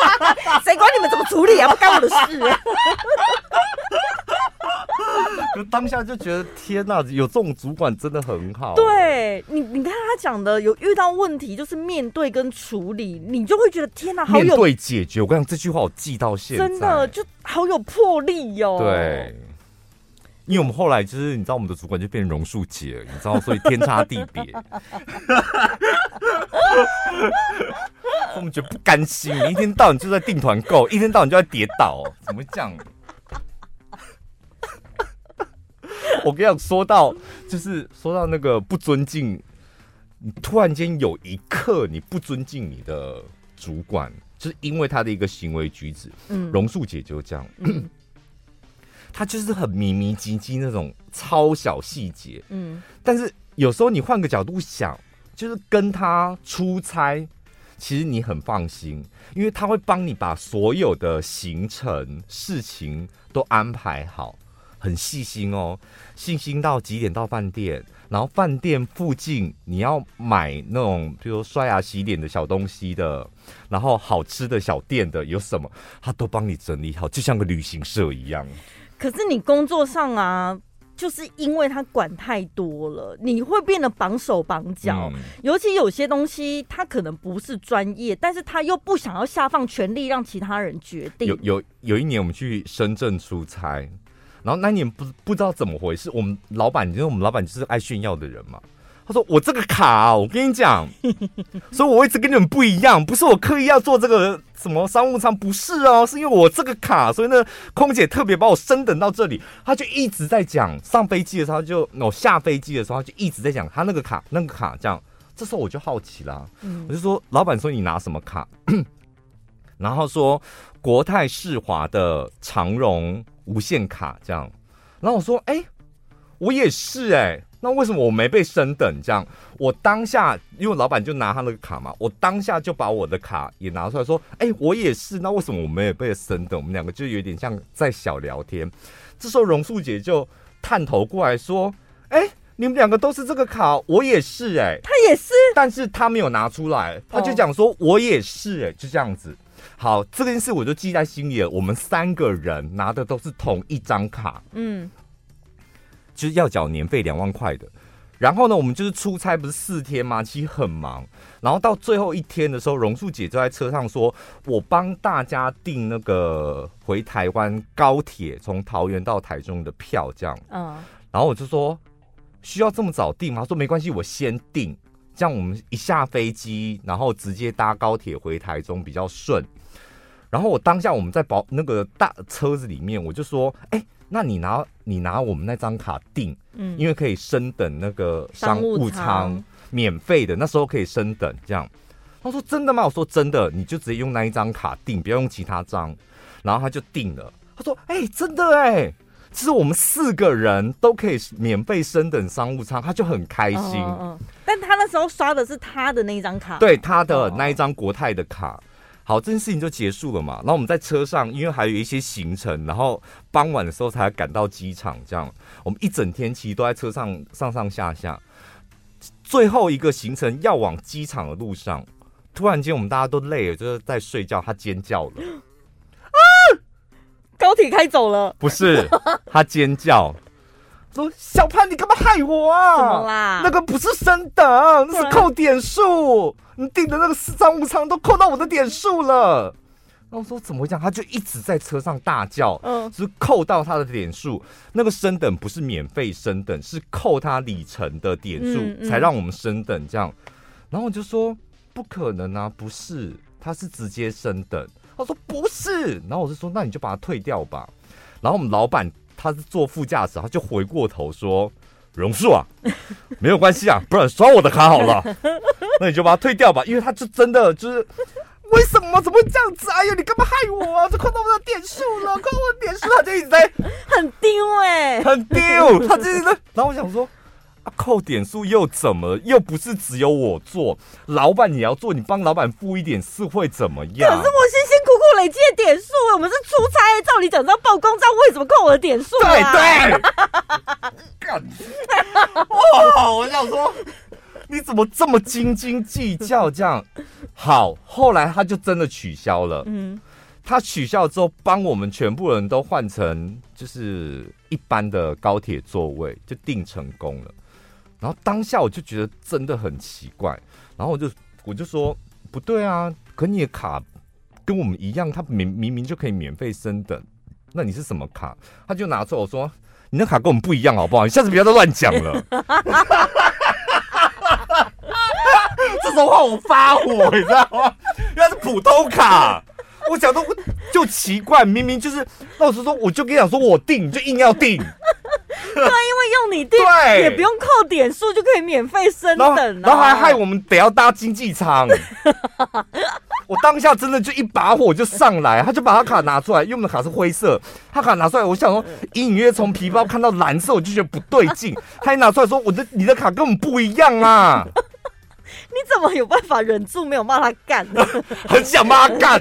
谁管你们怎么处理啊？不干我的事、啊。 当下就觉得天哪，有这种主管真的很好。 对你，你看他讲的，有遇到问题就是面对跟处理，你就会觉得天哪，好有面对解决。我跟你讲这句话，我记到现在， 真的就好有魄力哦。 对。因为我们后来就是，你知道我们的主管就变榕树姐了，你知道，所以天差地别。我们觉得不甘心，你一天到晚就在订团购，一天到晚就在跌倒，怎么会这样？我跟你讲，说到就是说到那个不尊敬，你突然间有一刻你不尊敬你的主管，就是因为他的一个行为举止。嗯，榕树姐就这样。嗯，他就是很迷迷唧唧那种超小细节，嗯，但是有时候你换个角度想，就是跟他出差，其实你很放心，因为他会帮你把所有的行程事情都安排好，很细心哦，细心到几点到饭店，然后饭店附近你要买那种比如说刷牙洗脸的小东西的，然后好吃的小店的有什么，他都帮你整理好，就像个旅行社一样。 可是你工作上啊，就是因为他管太多了，你会变得绑手绑脚。嗯、尤其有些东西他可能不是专业，但是他又不想要下放权力让其他人决定。 有有有一年我们去深圳出差，然后那一年不不知道怎么回事，我们老板因为我们老板就是爱炫耀的人嘛。他说：“我这个卡、啊，我跟你讲，所以我一直跟你们不一样，不是我刻意要做这个什么商务舱，不是哦，是因为我这个卡，所以呢，空姐特别把我升等到这里。他就一直在讲，上飞机的时候他就，我、哦、下飞机的时候他就一直在讲他那个卡，那个卡这样。这时候我就好奇啦，嗯、我就说，老板说你拿什么卡？然后说国泰世华的长荣无限卡这样。然后我说，哎、欸，我也是哎、欸。”那为什么我没被升等？这样，我当下因为老板就拿他那个卡嘛，我当下就把我的卡也拿出来说：“哎、欸，我也是。”那为什么我没有被升等？我们两个就有点像在小聊天。这时候榕树姐就探头过来说：“哎、欸，你们两个都是这个卡，我也是哎、欸， 他也是， 但是他没有拿出来，他就讲说我也是哎、欸，就这样子。好，这件事我就记在心里了。我们三个人拿的都是同一张卡，嗯。”就是要缴年费两万块的，然后呢，我们就是出差不是四天吗？其实很忙，然后到最后一天的时候，榕树姐就在车上说：“我帮大家订那个回台湾高铁从桃园到台中的票，这样。”嗯，然后我就说：“需要这么早订吗？”他说：“没关系，我先订，这样我们一下飞机，然后直接搭高铁回台中比较顺。”然后我当下我们在保那个大车子里面，我就说：“哎、欸。”那你拿你拿我们那张卡订，嗯，因为可以升等那个商务舱，免费的，那时候可以升等这样。他说真的吗？我说真的，你就直接用那一张卡订，不要用其他张。然后他就订了。他说：“哎、欸，真的哎、欸，其实我们四个人都可以免费升等商务舱。”他就很开心。嗯嗯嗯。 但他那时候刷的是他的那一张卡， 对，他的那一张国泰的卡。好，这件事情就结束了嘛。然后我们在车上，因为还有一些行程，然后傍晚的时候才赶到机场。这样，我们一整天其实都在车上上上下下。最后一个行程要往机场的路上，突然间我们大家都累了，就是在睡觉。他尖叫了， 啊！高铁开走了？ 不是，他尖叫说：“小潘，你干嘛害我啊？ 怎么啦？ 那个不是升等，那是扣点数。你订的那个商务舱都扣到我的点数了。”然后我说：“怎么会这样？”他就一直在车上大叫，嗯，就是扣到他的点数。那个升等不是免费升等，是扣他里程的点数、嗯嗯、才让我们升等这样。然后我就说：“不可能啊，不是，他是直接升等。”他说：“不是。”然后我就说：“那你就把它退掉吧。”然后我们老板他是坐副驾驶，他就回过头说：“榕树啊，没有关系啊，不然刷我的卡好了。那你就把它退掉吧，因为他就真的就是为什么怎么会这样子？哎呦，你干嘛害我啊？这扣到我的点数了，扣到我的点数，他就一直在很丢哎、欸， 很丢，他就一直在。然后我想说。啊、扣点数又怎么？又不是只有我做，老板也要做，你帮老板付一点是会怎么样？ 可是我辛辛苦苦累积的点数，我们是出差，照理讲是要报公账，为什么扣我的点数啊？ 对对，干！哇，我想说，你怎么这么斤斤计较？这样好，后来他就真的取消了。嗯。 他取消之后，帮我们全部人都换成就是一般的高铁座位，就订成功了。然后当下我就觉得真的很奇怪，然后我就我就说不对啊，可你的卡跟我们一样，他明明明就可以免费升等，那你是什么卡？他就拿出我说，你那卡跟我们不一样好不好？你下次不要再乱讲了。这种话我发火，你知道吗？那是普通卡。我讲的就奇怪，明明就是老实说，我就跟你讲说我订，你就硬要订。 对，因为用你订也不用扣点数就可以免费升等、啊然， 然后还害我们得要搭经济舱。我当下真的就一把火就上来，他就把他卡拿出来，因为我们的卡是灰色，他卡拿出来，我想说隐隐约从皮包看到蓝色，我就觉得不对劲。他一拿出来说，我的你的卡跟我们不一样啊。 你怎么有办法忍住没有骂他干呢？ 很想骂他干。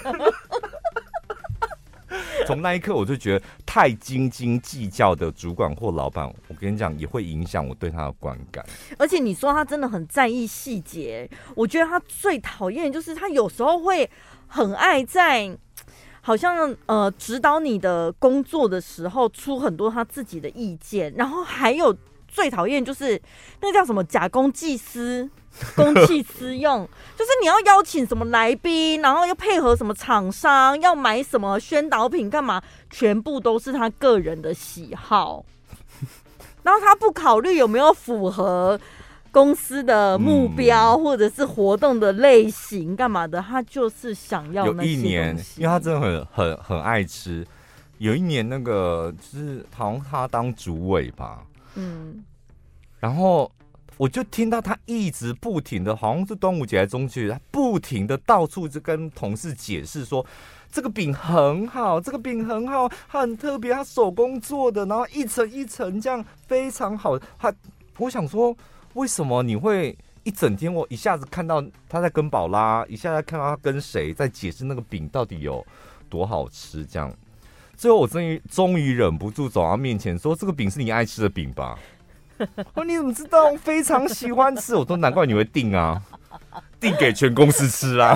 从那一刻我就觉得太斤斤计较的主管或老板，我跟你讲也会影响我对他的观感。 而且你说他真的很在意细节，我觉得他最讨厌的就是他有时候会很爱在好像呃指导你的工作的时候出很多他自己的意见，然后还有最讨厌就是那个叫什么假公济私。公器私用，就是你要邀请什么来宾，然后要配合什么厂商，要买什么宣导品干嘛，全部都是他个人的喜好。然后他不考虑有没有符合公司的目标、嗯、或者是活动的类型干嘛的，他就是想要那些东西。有一年， 因为他真的很很很爱吃，有一年那个就是好像他当主委吧，嗯，然后。我就听到他一直不停的，好像是端午节还是中秋节，他不停的到处就跟同事解释说，这个饼很好，这个饼很好，它很特别，它手工做的，然后一层一层这样非常好。他，我想说，为什么你会一整天？我一下子看到他在跟宝拉，一下子看到他跟谁在解释那个饼到底有多好吃，这样。最后我终于终于忍不住走到他面前说：“这个饼是你爱吃的饼吧？”我你怎么知道？我非常喜欢吃。我说难怪你会订啊，订给全公司吃啊。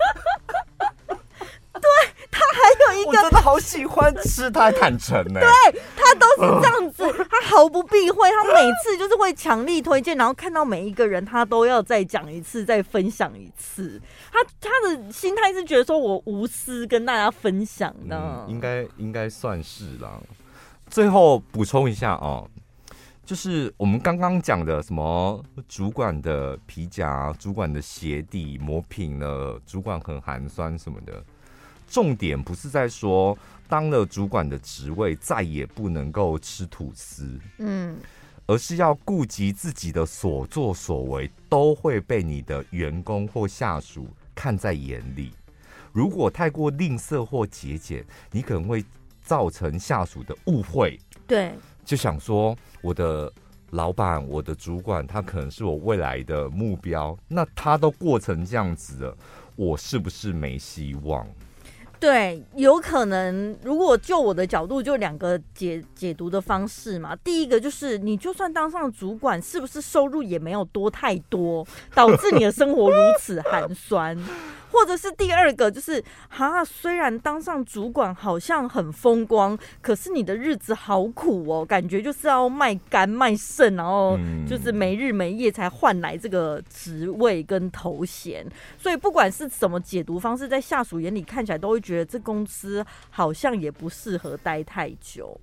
对，他还有一个， 我真的好喜欢吃，他还坦诚呢、 欸。对，他都是这样子，呃、他毫不避讳，他每次就是会强力推荐，然后看到每一个人，他都要再讲一次，再分享一次。他他的心态是觉得说我无私跟大家分享的， 嗯、应该应该算是啦。最后补充一下哦。就是我们刚刚讲的什么主管的皮夹、主管的鞋底磨平了，主管很寒酸什么的，重点不是在说当了主管的职位再也不能够吃吐司，嗯，而是要顾及自己的所作所为都会被你的员工或下属看在眼里。如果太过吝啬或节俭，你可能会造成下属的误会。 对。 就想说，我的老板、我的主管，他可能是我未来的目标。那他都过成这样子了，我是不是没希望？ 对，有可能。如果就我的角度，就两个解解读的方式嘛。第一个就是，你就算当上主管，是不是收入也没有多太多，导致你的生活如此寒酸？或者是第二个就是，哈，虽然当上主管好像很风光，可是你的日子好苦哦，感觉就是要卖肝卖肾，然后就是没日没夜才换来这个职位跟头衔。所以不管是什么解读方式，在下属眼里看起来都会觉得这公司好像也不适合待太久。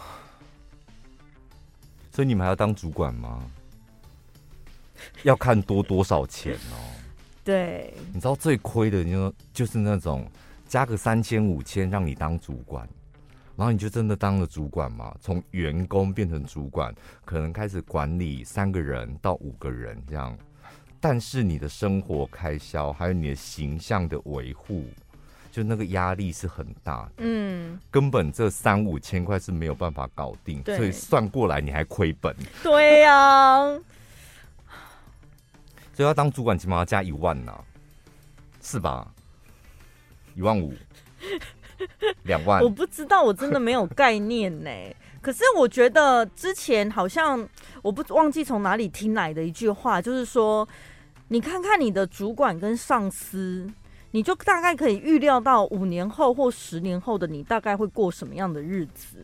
所以你们还要当主管吗？要看多多少钱哦。 对， 你知道最亏的就就是那种加个三千五千让你当主管，然后你就真的当了主管嘛？从员工变成主管，可能开始管理三个人到五个人这样，但是你的生活开销还有你的形象的维护，就那个压力是很大的。嗯，根本这三五千块是没有办法搞定，所以算过来你还亏本。 对呀、啊。 所以要当主管起码要加一万呐、啊，是吧？一万五，两万， 我不知道，我真的没有概念呢。可是我觉得之前好像我不忘记从哪里听来的一句话，就是说，你看看你的主管跟上司， 你就大概可以预料到五年后或十年后的你大概会过什么样的日子，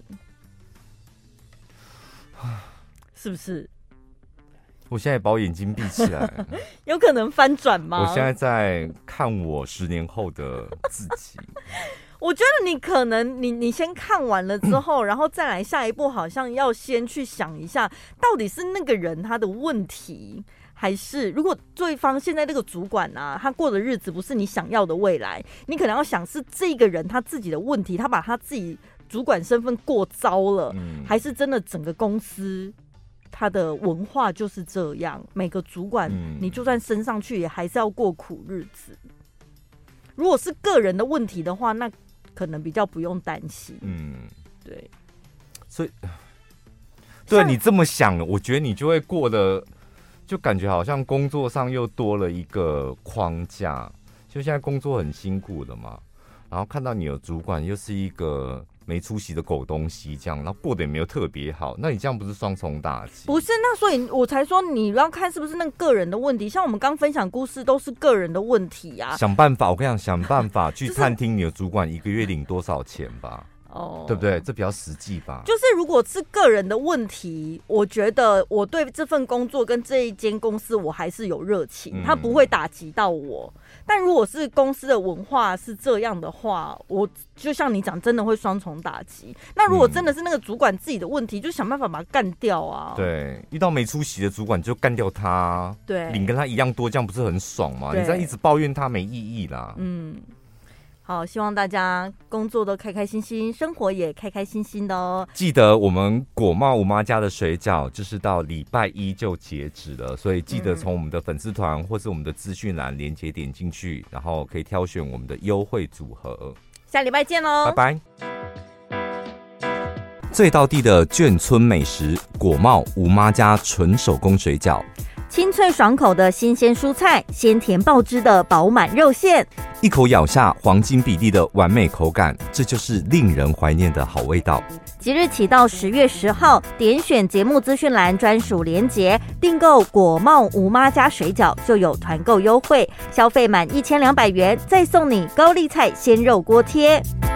是不是？ 我现在把我眼睛闭起来， 有可能翻转吗？ 我现在在看我十年后的自己。 我觉得你可能你你先看完了之后，然后再来下一步，好像要先去想一下，到底是那个人他的问题，还是如果对方现在这个主管啊，他过的日子不是你想要的未来，你可能要想是这个人他自己的问题，他把他自己主管身份过糟了，嗯、还是真的整个公司他的文化就是这样，每个主管你就算升上去也还是要过苦日子。如果是个人的问题的话，那可能比较不用担心。嗯，对。 所以，对你这么想，我觉得你就会过得，就感觉好像工作上又多了一个框架。就现在工作很辛苦的嘛，然后看到你的主管又是一个没出息的狗东西，这样，然后过得也没有特别好，那你这样不是双重打击？ 不是，那所以我才说你要看是不是那个人的问题。像我们刚分享故事都是个人的问题啊， 想办法，我跟你讲，想办法去探听你的主管一个月领多少钱吧。哦，对不对？这比较实际吧。 就是如果是个人的问题，我觉得我对这份工作跟这一间公司我还是有热情，它不会打击到我。但如果是公司的文化是这样的话，我就像你讲，真的会双重打击。那如果真的是那个主管自己的问题，就想办法把它干掉啊。 对，遇到没出息的主管就干掉他， 对， 领跟他一样多，这样不是很爽吗？你这样一直抱怨他没意义啦。 嗯。好，希望大家工作都开开心心，生活也开开心心的哦。 记得我们果茂吴妈家的水饺就是到礼拜一就截止了，所以记得从我们的粉丝团或是我们的资讯栏连结点进去，然后可以挑选我们的优惠组合。 下礼拜见喽， 拜拜。最道地的眷村美食，果茂吴妈家纯手工水饺。 清脆爽口的新鲜蔬菜，鲜甜爆汁的饱满肉馅， 一口咬下黄金比例的完美口感，这就是令人怀念的好味道。 即日起到十月十号，点选节目资讯栏专属连结，订购果茂吴妈家水饺就有团购优惠，消费满一千两百元再送你高丽菜鲜肉锅贴。